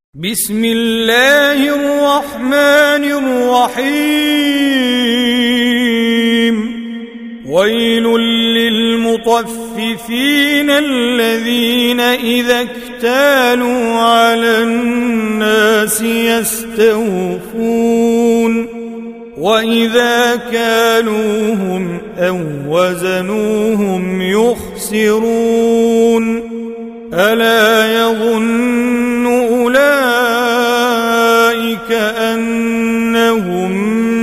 بسم الله الرحمن الرحيم ويل للمطففين الذين إذا اكتالوا على الناس يستوفون وإذا كالوهم أو وزنوهم يخسرون ألا يظن أولئك أنهم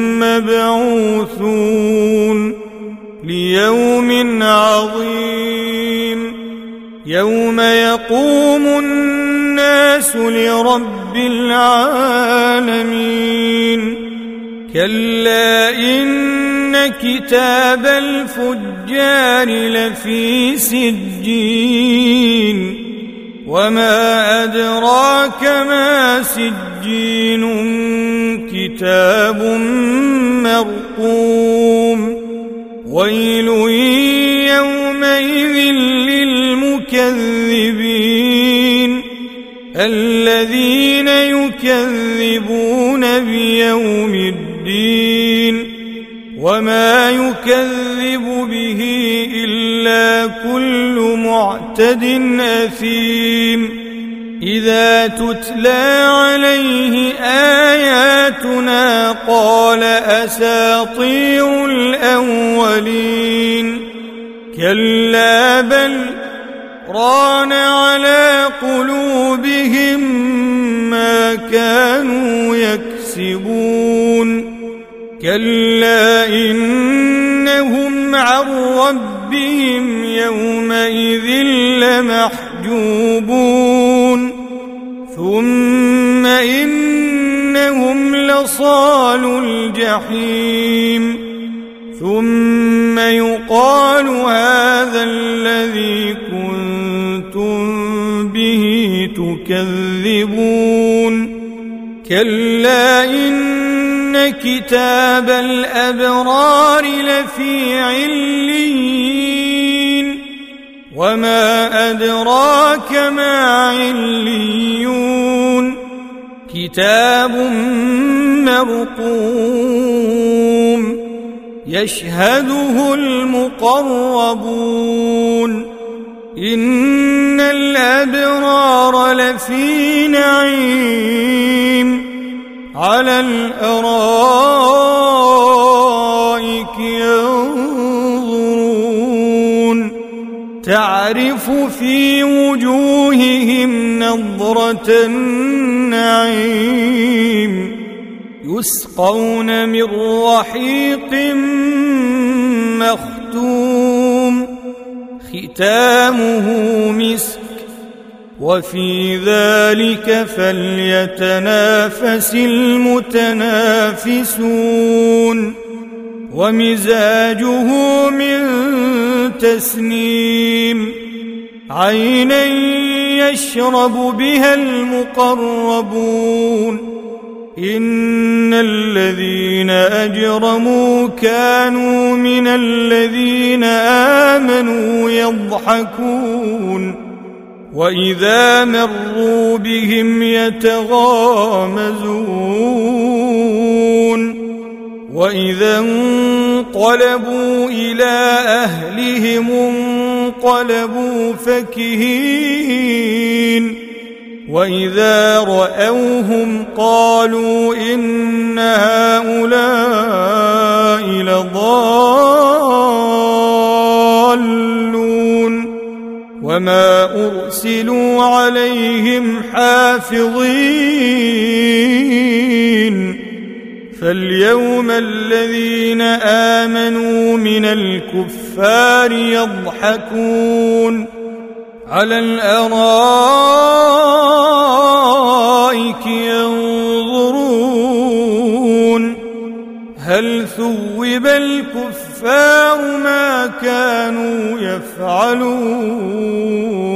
مبعوثون ليوم عظيم يوم يقوم الناس لرب العالمين كلا إن كتاب الفجار لفي سجين وما أدراك ما سجين كتاب مرقوم ويل يومئذ للمكذبين الذين يكذبون بيوم الدين وما يكذب به إلا كل معتد أثيم إذا تتلى عليه آياتنا قال أساطير الأولين كلا بل ران على قلوبهم ما كانوا يكسبون كلا إنهم عن ربهم يومئذ لمحجوبون ثم إنهم لصالو الجحيم ثم يقال هذا الذي كنتم به تكذبون كلا إن كتاب الأبرار لفي عليين وما أدراك ما عليون كتاب مرقوم يشهده المقربون إن الأبرار لفي نعيم على الأرائك ينظرون تعرف في وجوههم نضرة النعيم يسقون من رحيق مختوم ختامه مسك وفي ذلك فليتنافس المتنافسون ومزاجه من تسنيم عينا يشرب بها المقربون إن الذين أجرموا كانوا من الذين آمنوا يضحكون وإذا مروا بهم يتغامزون وإذا انقلبوا إلى أهلهم انقلبوا فكهين وإذا رأوهم قالوا إن هؤلاء لضالون وما أرسلوا عليهم حافظين فاليوم الذين آمنوا من الكفار يضحكون على الأرائك ينظرون هل ثوب الكفار ما كانوا يفعلون